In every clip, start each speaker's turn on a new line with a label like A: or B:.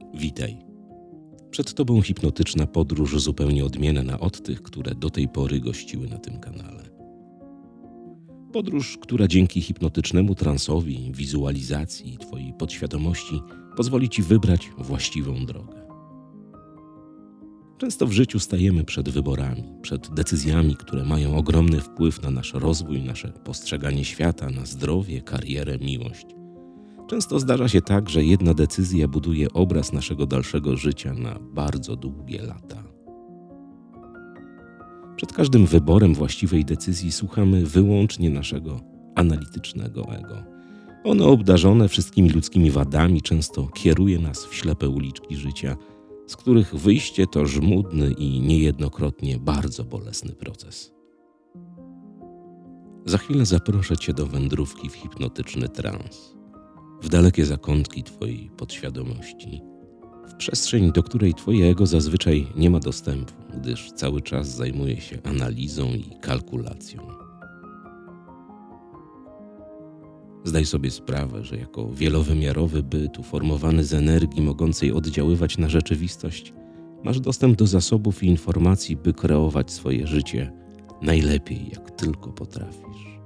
A: Witaj. Przed Tobą hipnotyczna podróż zupełnie odmienna od tych, które do tej pory gościły na tym kanale. Podróż, która dzięki hipnotycznemu transowi, wizualizacji i Twojej podświadomości pozwoli Ci wybrać właściwą drogę. Często w życiu stajemy przed wyborami, przed decyzjami, które mają ogromny wpływ na nasz rozwój, nasze postrzeganie świata, na zdrowie, karierę, miłość. Często zdarza się tak, że jedna decyzja buduje obraz naszego dalszego życia na bardzo długie lata. Przed każdym wyborem właściwej decyzji słuchamy wyłącznie naszego analitycznego ego. Ono, obdarzone wszystkimi ludzkimi wadami, często kieruje nas w ślepe uliczki życia, z których wyjście to żmudny i niejednokrotnie bardzo bolesny proces. Za chwilę zaproszę Cię do wędrówki w hipnotyczny trans, w dalekie zakątki Twojej podświadomości, w przestrzeń, do której Twoje ego zazwyczaj nie ma dostępu, gdyż cały czas zajmuje się analizą i kalkulacją. Zdaj sobie sprawę, że jako wielowymiarowy byt uformowany z energii mogącej oddziaływać na rzeczywistość, masz dostęp do zasobów i informacji, by kreować swoje życie najlepiej, jak tylko potrafisz.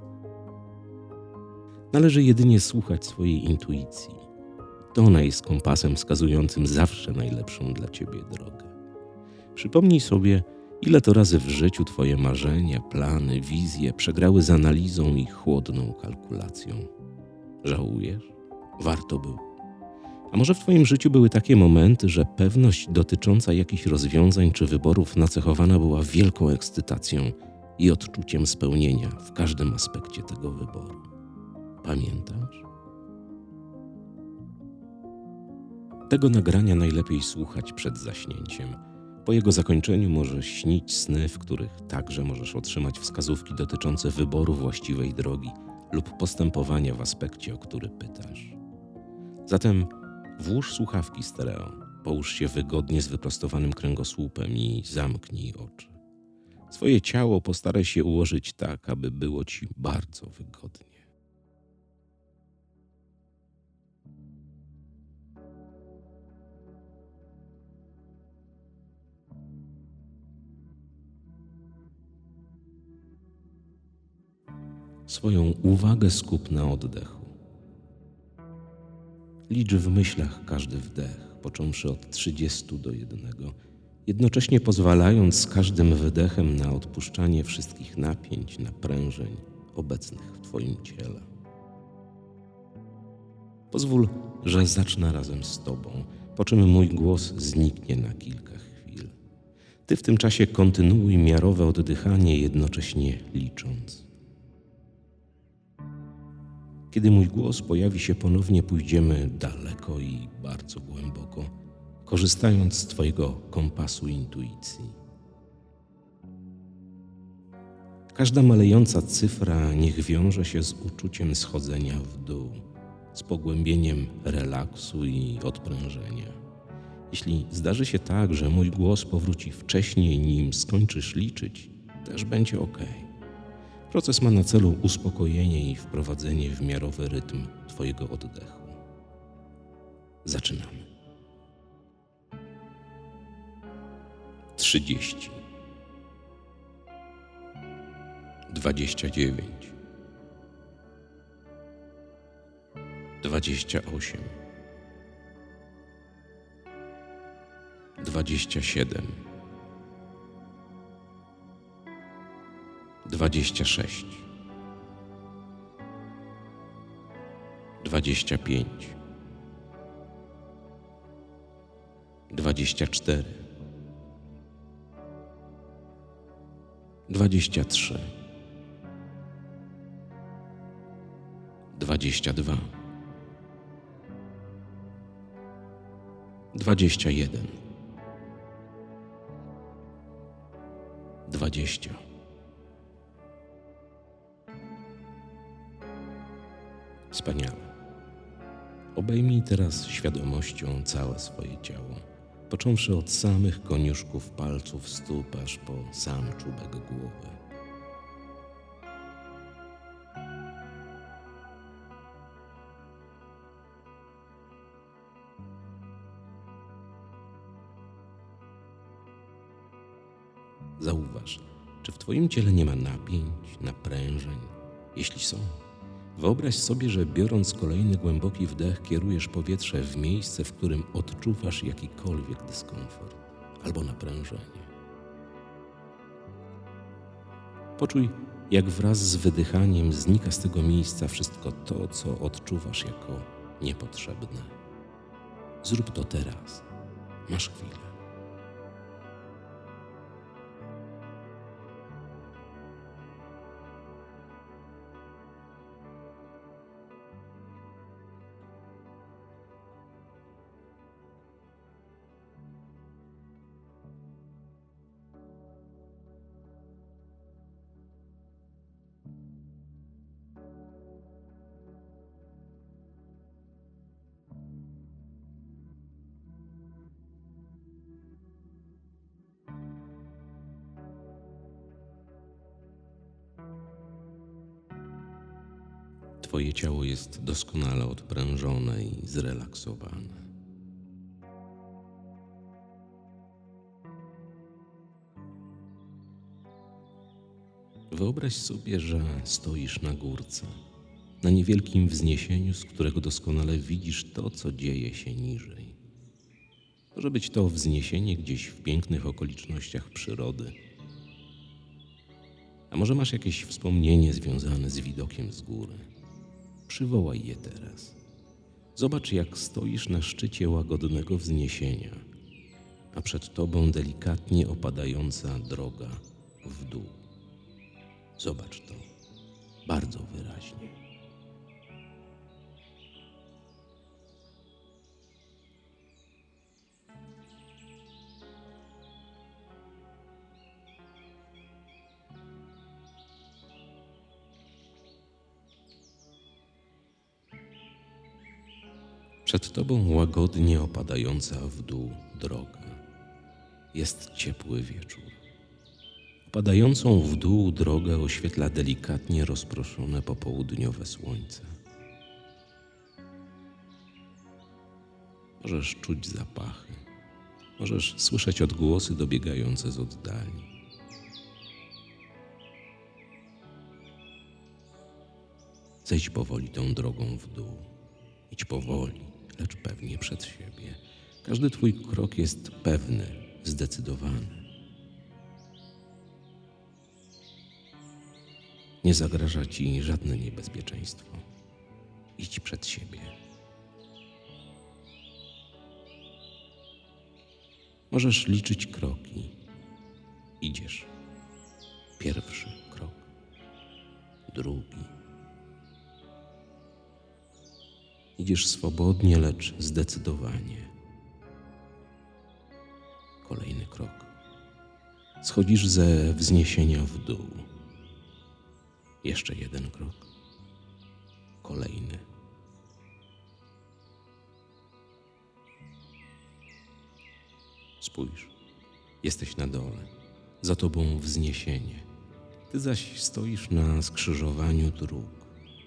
A: Należy jedynie słuchać swojej intuicji. To ona jest kompasem wskazującym zawsze najlepszą dla Ciebie drogę. Przypomnij sobie, ile to razy w życiu Twoje marzenia, plany, wizje przegrały z analizą i chłodną kalkulacją. Żałujesz? Warto było. A może w Twoim życiu były takie momenty, że pewność dotycząca jakichś rozwiązań czy wyborów nacechowana była wielką ekscytacją i odczuciem spełnienia w każdym aspekcie tego wyboru? Pamiętasz? Tego nagrania najlepiej słuchać przed zaśnięciem. Po jego zakończeniu możesz śnić sny, w których także możesz otrzymać wskazówki dotyczące wyboru właściwej drogi lub postępowania w aspekcie, o który pytasz. Zatem włóż słuchawki stereo, połóż się wygodnie z wyprostowanym kręgosłupem i zamknij oczy. Swoje ciało postaraj się ułożyć tak, aby było Ci bardzo wygodnie. Swoją uwagę skup na oddechu. Licz w myślach każdy wdech, począwszy od 30 do 1, jednocześnie pozwalając z każdym wydechem na odpuszczanie wszystkich napięć, naprężeń obecnych w Twoim ciele. Pozwól, że zacznę razem z Tobą, po czym mój głos zniknie na kilka chwil. Ty w tym czasie kontynuuj miarowe oddychanie, jednocześnie licząc. Kiedy mój głos pojawi się ponownie, pójdziemy daleko i bardzo głęboko, korzystając z Twojego kompasu intuicji. Każda malejąca cyfra niech wiąże się z uczuciem schodzenia w dół, z pogłębieniem relaksu i odprężenia. Jeśli zdarzy się tak, że mój głos powróci wcześniej, nim skończysz liczyć, też będzie ok. Proces ma na celu uspokojenie i wprowadzenie w miarowy rytm Twojego oddechu. Zaczynamy. 30, 29, 28, 27, 26, 25, 24, 23, 22, 21, 20. Wspaniale. Obejmij teraz świadomością całe swoje ciało, począwszy od samych koniuszków palców stóp, aż po sam czubek głowy. Zauważ, czy w twoim ciele nie ma napięć, naprężeń. Jeśli są, wyobraź sobie, że biorąc kolejny głęboki wdech, kierujesz powietrze w miejsce, w którym odczuwasz jakikolwiek dyskomfort albo naprężenie. Poczuj, jak wraz z wydychaniem znika z tego miejsca wszystko to, co odczuwasz jako niepotrzebne. Zrób to teraz. Masz chwilę. Twoje ciało jest doskonale odprężone i zrelaksowane. Wyobraź sobie, że stoisz na górce, na niewielkim wzniesieniu, z którego doskonale widzisz to, co dzieje się niżej. Może być to wzniesienie gdzieś w pięknych okolicznościach przyrody, a może masz jakieś wspomnienie związane z widokiem z góry. Przywołaj je teraz. Zobacz, jak stoisz na szczycie łagodnego wzniesienia, a przed tobą delikatnie opadająca droga w dół. Zobacz to bardzo wyraźnie. Przed tobą łagodnie opadająca w dół droga. Jest ciepły wieczór. Opadającą w dół drogę oświetla delikatnie rozproszone popołudniowe słońce. Możesz czuć zapachy. Możesz słyszeć odgłosy dobiegające z oddali. Zejdź powoli tą drogą w dół. Idź powoli, lecz pewnie przed siebie. Każdy twój krok jest pewny, zdecydowany. Nie zagraża ci żadne niebezpieczeństwo. Idź przed siebie. Możesz liczyć kroki. Idziesz. Pierwszy krok. Drugi. Idziesz swobodnie, lecz zdecydowanie. Kolejny krok. Schodzisz ze wzniesienia w dół. Jeszcze jeden krok. Kolejny. Spójrz, jesteś na dole. Za tobą wzniesienie. Ty zaś stoisz na skrzyżowaniu dróg.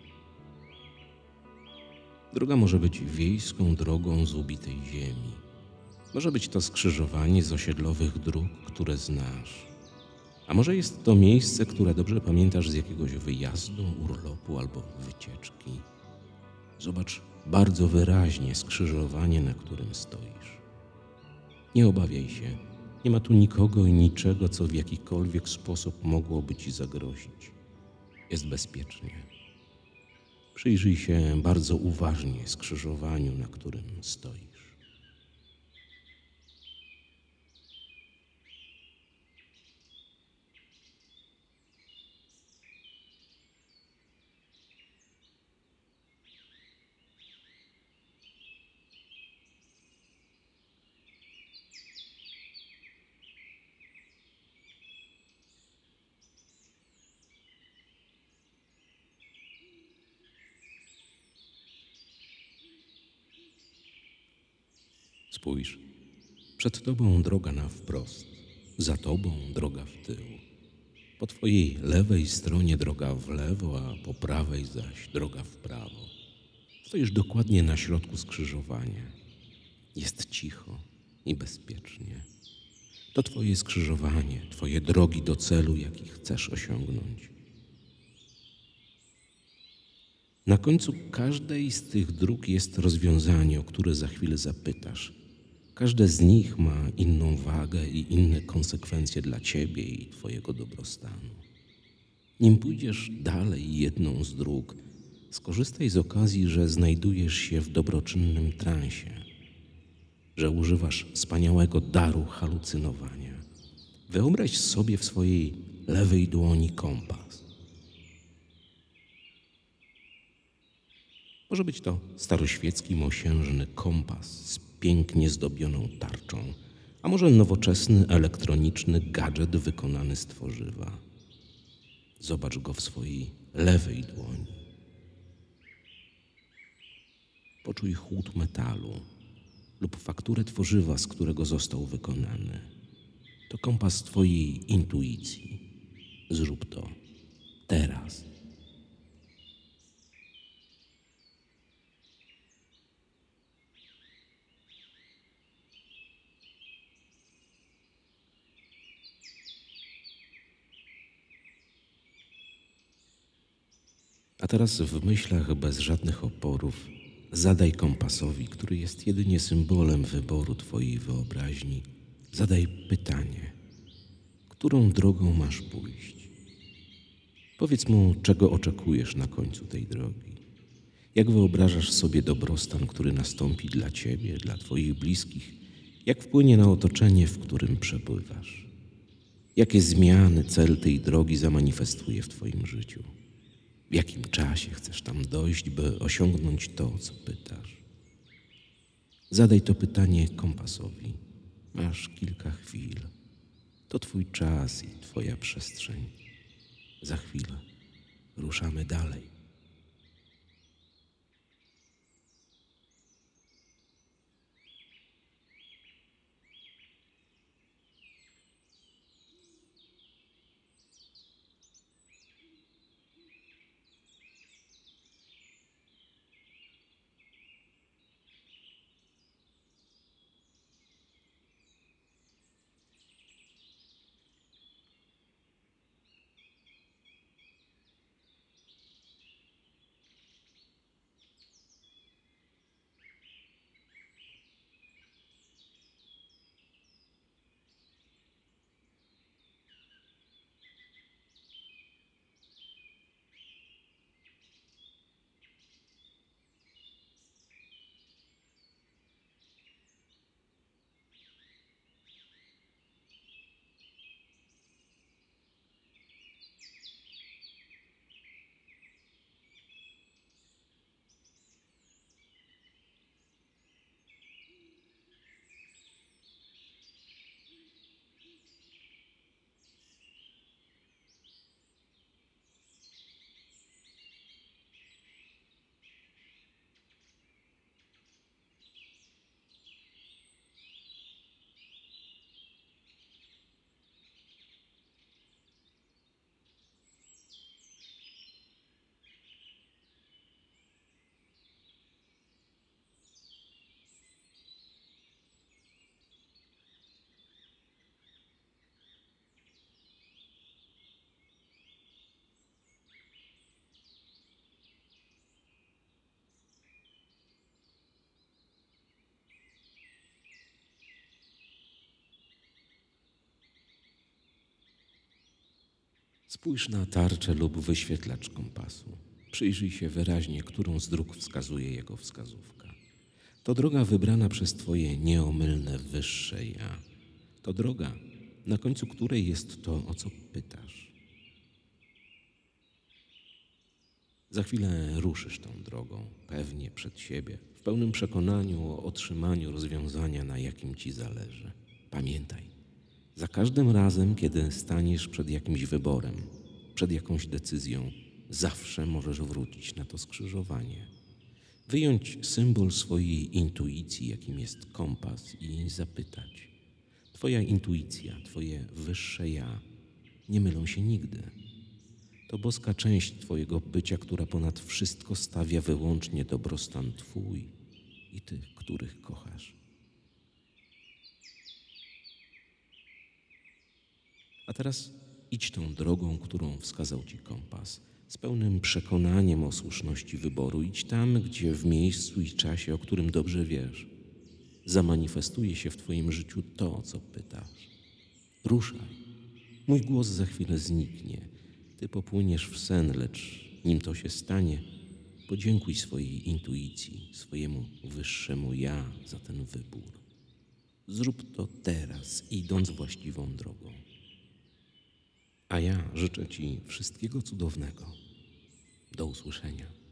A: Droga może być wiejską drogą z ubitej ziemi. Może być to skrzyżowanie z osiedlowych dróg, które znasz. A może jest to miejsce, które dobrze pamiętasz z jakiegoś wyjazdu, urlopu albo wycieczki. Zobacz bardzo wyraźnie skrzyżowanie, na którym stoisz. Nie obawiaj się, nie ma tu nikogo i niczego, co w jakikolwiek sposób mogłoby ci zagrozić. Jest bezpiecznie. Przyjrzyj się bardzo uważnie skrzyżowaniu, na którym stoisz. Spójrz, przed tobą droga na wprost, za tobą droga w tył. Po twojej lewej stronie droga w lewo, a po prawej zaś droga w prawo. Stoisz dokładnie na środku skrzyżowania. Jest cicho i bezpiecznie. To Twoje skrzyżowanie, Twoje drogi do celu, jaki chcesz osiągnąć. Na końcu każdej z tych dróg jest rozwiązanie, o które za chwilę zapytasz. Każde z nich ma inną wagę i inne konsekwencje dla Ciebie i Twojego dobrostanu. Nim pójdziesz dalej jedną z dróg, skorzystaj z okazji, że znajdujesz się w dobroczynnym transie, że używasz wspaniałego daru halucynowania. Wyobraź sobie w swojej lewej dłoni kompas. Może być to staroświecki mosiężny kompas z pięknie zdobioną tarczą, a może nowoczesny elektroniczny gadżet wykonany z tworzywa. Zobacz go w swojej lewej dłoni. Poczuj chłód metalu lub fakturę tworzywa, z którego został wykonany. To kompas Twojej intuicji. Zrób to teraz. A teraz w myślach bez żadnych oporów zadaj kompasowi, który jest jedynie symbolem wyboru Twojej wyobraźni, zadaj pytanie, którą drogą masz pójść? Powiedz mu, czego oczekujesz na końcu tej drogi. Jak wyobrażasz sobie dobrostan, który nastąpi dla Ciebie, dla Twoich bliskich? Jak wpłynie na otoczenie, w którym przebywasz? Jakie zmiany cel tej drogi zamanifestuje w Twoim życiu? W jakim czasie chcesz tam dojść, by osiągnąć to, co pytasz? Zadaj to pytanie kompasowi. Masz kilka chwil. To Twój czas i Twoja przestrzeń. Za chwilę ruszamy dalej. Spójrz na tarczę lub wyświetlacz kompasu. Przyjrzyj się wyraźnie, którą z dróg wskazuje jego wskazówka. To droga wybrana przez Twoje nieomylne wyższe ja. To droga, na końcu której jest to, o co pytasz. Za chwilę ruszysz tą drogą, pewnie przed siebie, w pełnym przekonaniu o otrzymaniu rozwiązania, na jakim Ci zależy. Pamiętaj, za każdym razem, kiedy staniesz przed jakimś wyborem, przed jakąś decyzją, zawsze możesz wrócić na to skrzyżowanie. Wyjąć symbol swojej intuicji, jakim jest kompas, i zapytać. Twoja intuicja, Twoje wyższe ja nie mylą się nigdy. To boska część Twojego bycia, która ponad wszystko stawia wyłącznie dobrostan Twój i tych, których kochasz. teraz idź tą drogą, którą wskazał ci kompas, z pełnym przekonaniem o słuszności wyboru. Idź tam, gdzie w miejscu i czasie, o którym dobrze wiesz, zamanifestuje się w twoim życiu to, o co pytasz. Ruszaj. Mój głos za chwilę zniknie. Ty popłyniesz w sen, lecz nim to się stanie, podziękuj swojej intuicji, swojemu wyższemu ja za ten wybór. Zrób to teraz, idąc właściwą drogą. A ja życzę ci wszystkiego cudownego. Do usłyszenia.